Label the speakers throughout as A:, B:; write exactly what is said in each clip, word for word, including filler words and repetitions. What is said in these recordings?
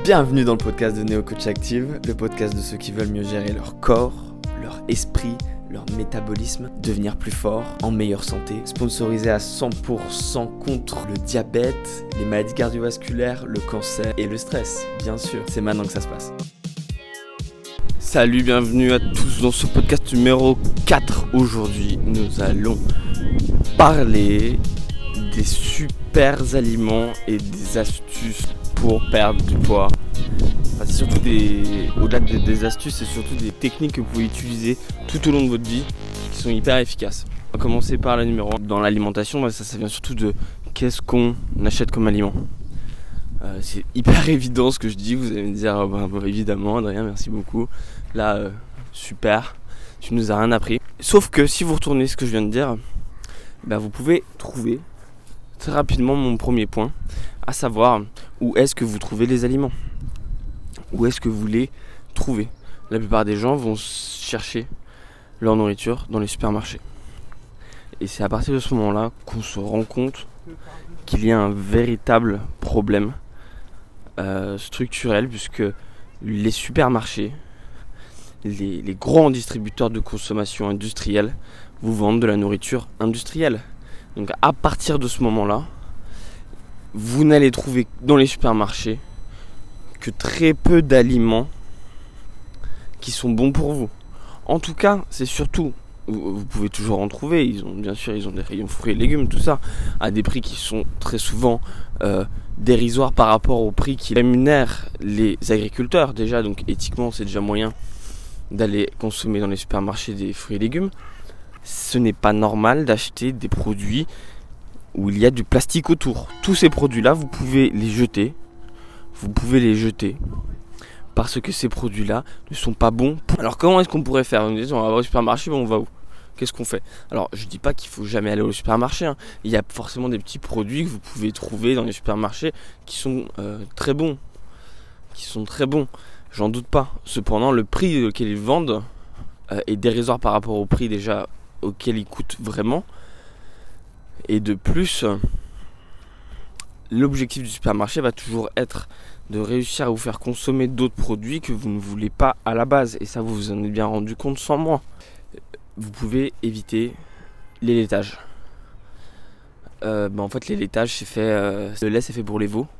A: Bienvenue dans le podcast de Neo Coach Active, le podcast de ceux qui veulent mieux gérer leur corps, leur esprit, leur métabolisme, devenir plus fort, en meilleure santé, sponsorisé à cent pour cent contre le diabète, les maladies cardiovasculaires, le cancer et le stress, bien sûr. C'est maintenant que ça se passe. Salut, bienvenue à tous dans ce podcast numéro quatre. Aujourd'hui, nous allons parler des super aliments et des astuces pour perdre du poids. Enfin, c'est surtout des, au-delà des, des astuces, c'est surtout des techniques que vous pouvez utiliser tout au long de votre vie qui sont hyper efficaces. On va commencer par la numéro un. Dans l'alimentation, ça, ça vient surtout de qu'est-ce qu'on achète comme aliment. Euh, c'est hyper évident ce que je dis, vous allez me dire oh, bah, bah, évidemment Adrien, merci beaucoup. Là, euh, super, tu nous as rien appris. Sauf que si vous retournez ce que je viens de dire, bah, vous pouvez trouver très rapidement mon premier point, à savoir où est-ce que vous trouvez les aliments. Où est-ce que vous les trouvez. La plupart des gens vont chercher leur nourriture dans les supermarchés. Et c'est à partir de ce moment-là qu'on se rend compte qu'il y a un véritable problème euh, structurel, puisque les supermarchés, les, les grands distributeurs de consommation industrielle vous vendent de la nourriture industrielle. Donc à partir de ce moment-là, vous n'allez trouver dans les supermarchés que très peu d'aliments qui sont bons pour vous. En tout cas, c'est surtout, vous, vous pouvez toujours en trouver, ils ont, bien sûr, ils ont des rayons fruits et légumes, tout ça, à des prix qui sont très souvent euh, dérisoires par rapport au prix qui rémunèrent les agriculteurs. Déjà, donc éthiquement, c'est déjà moyen d'aller consommer dans les supermarchés des fruits et légumes. Ce n'est pas normal d'acheter des produits où il y a du plastique autour. Tous ces produits-là, vous pouvez les jeter. Vous pouvez les jeter parce que ces produits-là ne sont pas bons. Alors comment est-ce qu'on pourrait faire? On dit on va au supermarché, mais on va où? Qu'est-ce qu'on fait? Alors je dis pas qu'il faut jamais aller au supermarché, hein. Il y a forcément des petits produits que vous pouvez trouver dans les supermarchés qui sont euh, très bons. Qui sont très bons, j'en doute pas. Cependant, le prix auquel ils vendent euh, est dérisoire par rapport au prix déjà auquel ils coûtent vraiment. Et de plus, l'objectif du supermarché va toujours être de réussir à vous faire consommer d'autres produits que vous ne voulez pas à la base. Et ça, vous vous en êtes bien rendu compte sans moi. Vous pouvez éviter les laitages. Euh, bah en fait, les laitages, c'est fait, euh, le lait, c'est fait pour les veaux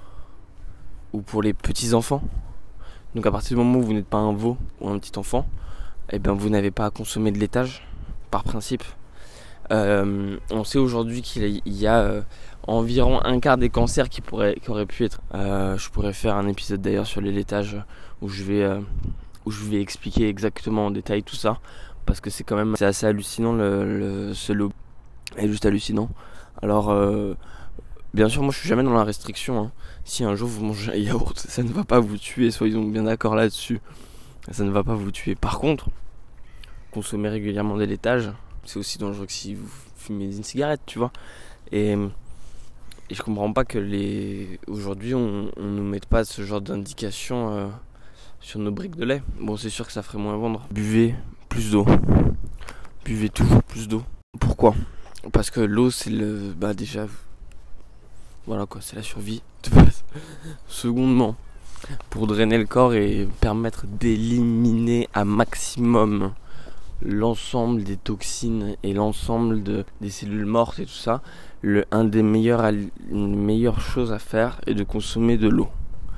A: ou pour les petits enfants. Donc à partir du moment où vous n'êtes pas un veau ou un petit enfant, eh ben, vous n'avez pas à consommer de laitage par principe. Euh, on sait aujourd'hui qu'il y a euh, environ un quart des cancers qui, pourraient, qui auraient pu être. Euh, je pourrais faire un épisode d'ailleurs sur les laitages où je vais, euh, où je vais expliquer exactement en détail tout ça, parce que c'est quand même c'est assez hallucinant. Le, le, ce lobby est juste hallucinant. Alors, euh, bien sûr, moi je suis jamais dans la restriction. Hein. Si un jour vous mangez un yaourt, ça ne va pas vous tuer, soyons bien d'accord là-dessus. Ça ne va pas vous tuer. Par contre, consommer régulièrement des laitages, c'est aussi dangereux que si vous fumez une cigarette, tu vois. Et, et je comprends pas que les aujourd'hui on, on nous mette pas ce genre d'indication euh, sur nos briques de lait. Bon, c'est sûr que ça ferait moins vendre. Buvez plus d'eau. Buvez toujours plus d'eau. Pourquoi? Parce que l'eau, c'est le bah déjà voilà quoi, c'est la survie de base. Secondement, pour drainer le corps et permettre d'éliminer un maximum l'ensemble des toxines et l'ensemble de, des cellules mortes et tout ça, le, un des meilleurs, une des meilleures choses à faire est de consommer de l'eau.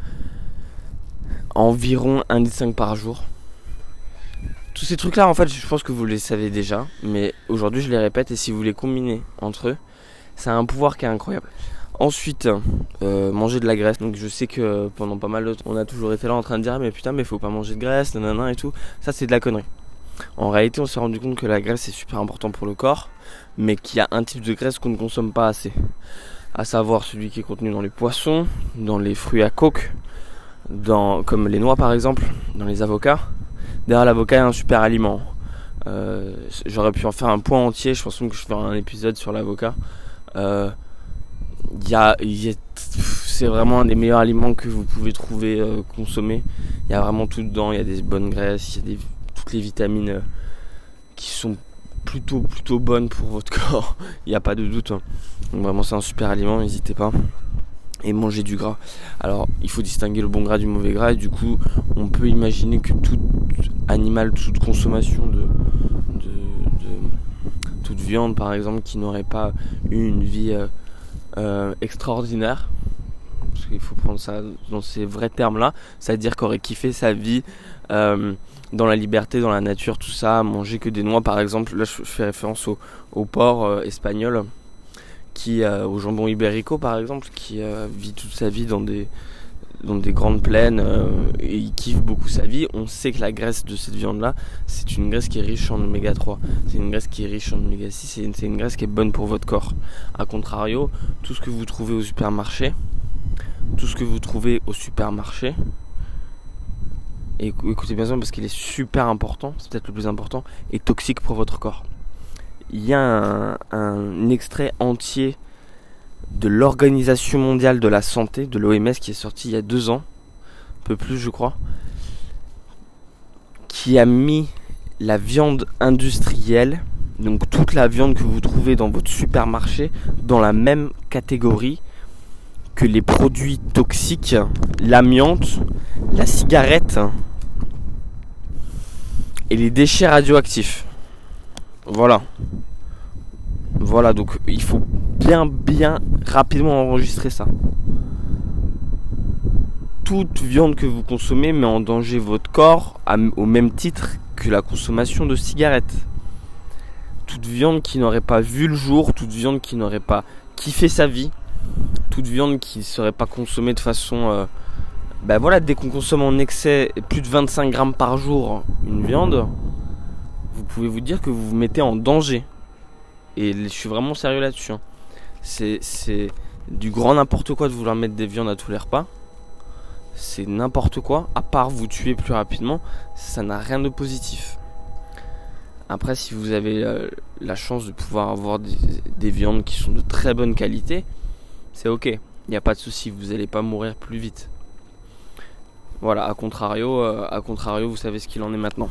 A: Environ un litre cinq par jour. Tous ces trucs là en fait je pense que vous les savez déjà, mais aujourd'hui je les répète, et si vous les combinez entre eux, ça a un pouvoir qui est incroyable. Ensuite, euh, manger de la graisse. Donc je sais que pendant pas mal de temps on a toujours été là en train de dire mais putain mais faut pas manger de graisse, nanana et tout. Ça c'est de la connerie. En réalité, on s'est rendu compte que la graisse est super important pour le corps, mais qu'il y a un type de graisse qu'on ne consomme pas assez. À savoir celui qui est contenu dans les poissons, dans les fruits à coque, dans, comme les noix par exemple, dans les avocats. D'ailleurs, l'avocat est un super aliment. Euh, j'aurais pu en faire un point entier, je pense même que je ferai un épisode sur l'avocat. Euh, y a, y a, c'est vraiment un des meilleurs aliments que vous pouvez trouver, euh, consommer. Il y a vraiment tout dedans, il y a des bonnes graisses, il y a des toutes les vitamines qui sont plutôt plutôt bonnes pour votre corps, il n'y a pas de doute. Donc vraiment c'est un super aliment, n'hésitez pas. et manger du gras. Alors il faut distinguer le bon gras du mauvais gras, et du coup on peut imaginer que tout animal, toute consommation de, de, de toute viande par exemple qui n'aurait pas eu une vie euh, euh, extraordinaire, parce qu'il faut prendre ça dans ces vrais termes là, c'est-à-dire qu'aurait kiffé sa vie euh, dans la liberté, dans la nature, tout ça, manger que des noix par exemple. Là je fais référence au, au porc euh, espagnol, qui euh, au jambon ibérico par exemple, qui euh, vit toute sa vie dans des dans des grandes plaines euh, et il kiffe beaucoup sa vie. On sait que la graisse de cette viande là, c'est une graisse qui est riche en oméga trois, c'est une graisse qui est riche en oméga six, c'est une, c'est une graisse qui est bonne pour votre corps. A contrario, tout ce que vous trouvez au supermarché, tout ce que vous trouvez au supermarché, et écoutez bien ça parce qu'il est super important, c'est peut-être le plus important, est toxique pour votre corps. Il y a un, un extrait entier de l'Organisation mondiale de la santé, de l'O M S, qui est sorti il y a deux ans, un peu plus je crois, qui a mis la viande industrielle, donc toute la viande que vous trouvez dans votre supermarché, dans la même catégorie que les produits toxiques, l'amiante, la cigarette et les déchets radioactifs. Voilà. Voilà, donc il faut bien, bien rapidement enregistrer ça. Toute viande que vous consommez met en danger votre corps à, au même titre que la consommation de cigarettes. Toute viande qui n'aurait pas vu le jour, toute viande qui n'aurait pas kiffé sa vie, toute viande qui ne serait pas consommée de façon... Euh, ben voilà, dès qu'on consomme en excès plus de vingt-cinq grammes par jour une viande, vous pouvez vous dire que vous vous mettez en danger. Et je suis vraiment sérieux là-dessus. Hein. C'est, c'est du grand n'importe quoi de vouloir mettre des viandes à tous les repas. C'est n'importe quoi, à part vous tuer plus rapidement, ça n'a rien de positif. Après, si vous avez euh, la chance de pouvoir avoir des, des viandes qui sont de très bonne qualité, c'est ok, il n'y a pas de souci, vous n'allez pas mourir plus vite. Voilà, à contrario, euh, à contrario, vous savez ce qu'il en est maintenant.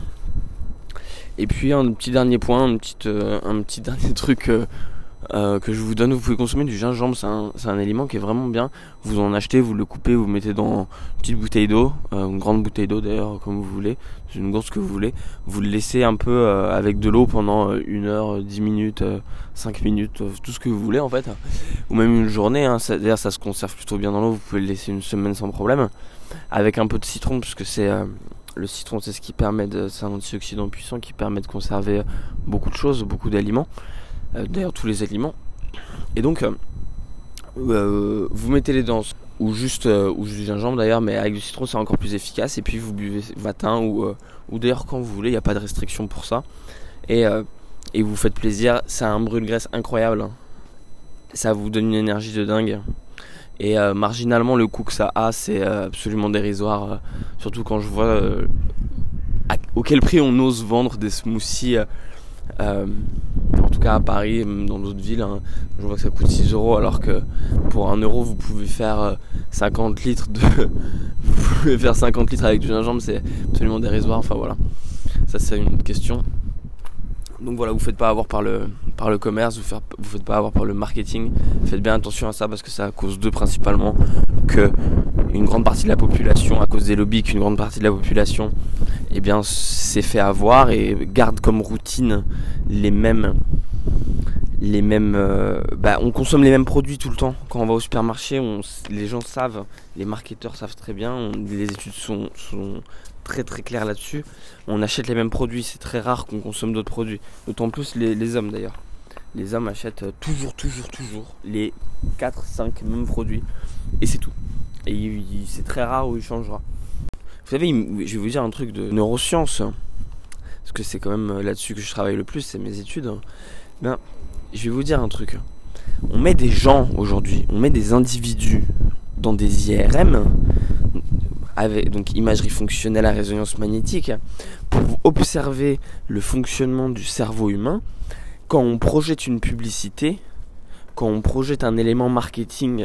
A: Et puis un petit dernier point, une petite, euh, un petit dernier truc euh, euh, que je vous donne, vous pouvez consommer du gingembre, c'est un, c'est un aliment qui est vraiment bien. Vous en achetez, vous le coupez, vous le mettez dans une petite bouteille d'eau, euh, une grande bouteille d'eau d'ailleurs, comme vous voulez, une gourde ce que vous voulez. Vous le laissez un peu euh, avec de l'eau pendant euh, une heure, dix minutes, euh, cinq minutes, euh, tout ce que vous voulez en fait. Ou même une journée, hein, ça, d'ailleurs ça se conserve plutôt bien dans l'eau, vous pouvez le laisser une semaine sans problème. Avec un peu de citron, puisque c'est... Euh, le citron, c'est ce qui permet de, c'est un antioxydant puissant qui permet de conserver beaucoup de choses, beaucoup d'aliments, euh, d'ailleurs tous les aliments. Et donc, euh, euh, vous mettez les dents, ou juste, euh, ou juste du gingembre d'ailleurs, mais avec du citron c'est encore plus efficace. Et puis vous buvez matin ou, euh, ou d'ailleurs quand vous voulez, il n'y a pas de restriction pour ça. Et, euh, et vous faites plaisir, c'est un brûle-graisse incroyable. Ça vous donne une énergie de dingue. Et euh, marginalement, le coût que ça a, c'est euh, absolument dérisoire. Euh, surtout quand je vois euh, à, auquel prix on ose vendre des smoothies. Euh, euh, en tout cas à Paris, même dans d'autres villes. Hein, je vois que ça coûte six euros, alors que pour un euro, vous pouvez faire euh, cinquante litres de... vous pouvez faire cinquante litres avec du gingembre, c'est absolument dérisoire. Enfin voilà, ça c'est une autre question. Donc voilà, vous ne faites pas avoir par le, par le commerce, vous ne vous faites pas avoir par le marketing. Faites bien attention à ça, parce que c'est à cause d'eux principalement que une grande partie de la population, à cause des lobbies, qu'une grande partie de la population eh bien, s'est fait avoir et garde comme routine les mêmes... Les mêmes euh, bah, on consomme les mêmes produits tout le temps. Quand on va au supermarché, on, les gens savent, les marketeurs savent très bien, on, les études sont, sont très très claires là-dessus. On achète les mêmes produits, c'est très rare qu'on consomme d'autres produits. D'autant plus les, les hommes d'ailleurs. Les hommes achètent toujours, toujours, toujours les quatre cinq mêmes produits. Et c'est tout. Et il, il, c'est très rare où il changera. Vous savez, il, je vais vous dire un truc de neurosciences. Parce que c'est quand même là-dessus que je travaille le plus, c'est mes études. Ben, je vais vous dire un truc. On met des gens aujourd'hui, on met des individus dans des I R M, avec donc imagerie fonctionnelle à résonance magnétique, pour observer le fonctionnement du cerveau humain. Quand on projette une publicité, quand on projette un élément marketing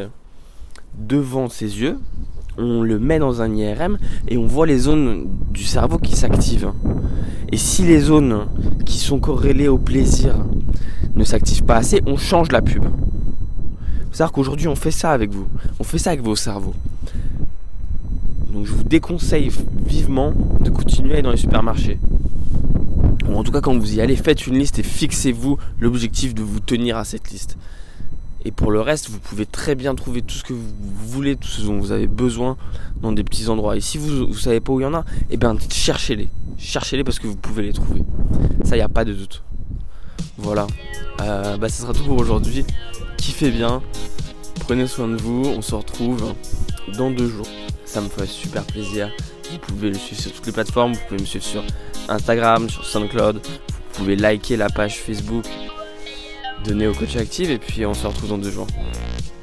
A: devant ses yeux, on le met dans un I R M et on voit les zones du cerveau qui s'activent. Et si les zones qui sont corrélées au plaisir ne s'activent pas assez, on change la pub. Vous C'est-à-dire qu'aujourd'hui, on fait ça avec vous. On fait ça avec vos cerveaux. Donc je vous déconseille vivement de continuer à aller dans les supermarchés. Ou en tout cas, quand vous y allez, faites une liste et fixez-vous l'objectif de vous tenir à cette liste. Et pour le reste, vous pouvez très bien trouver tout ce que vous voulez, tout ce dont vous avez besoin dans des petits endroits. Et si vous ne savez pas où il y en a, eh bien cherchez-les. Cherchez-les parce que vous pouvez les trouver. Ça, il n'y a pas de doute. Voilà. Euh, bah, ça sera tout pour aujourd'hui. Kiffez bien. Prenez soin de vous. On se retrouve dans deux jours. Ça me ferait super plaisir. Vous pouvez le suivre sur toutes les plateformes. Vous pouvez me suivre sur Instagram, sur SoundCloud. Vous pouvez liker la page Facebook de Néo Coach Active et puis on se retrouve dans deux jours.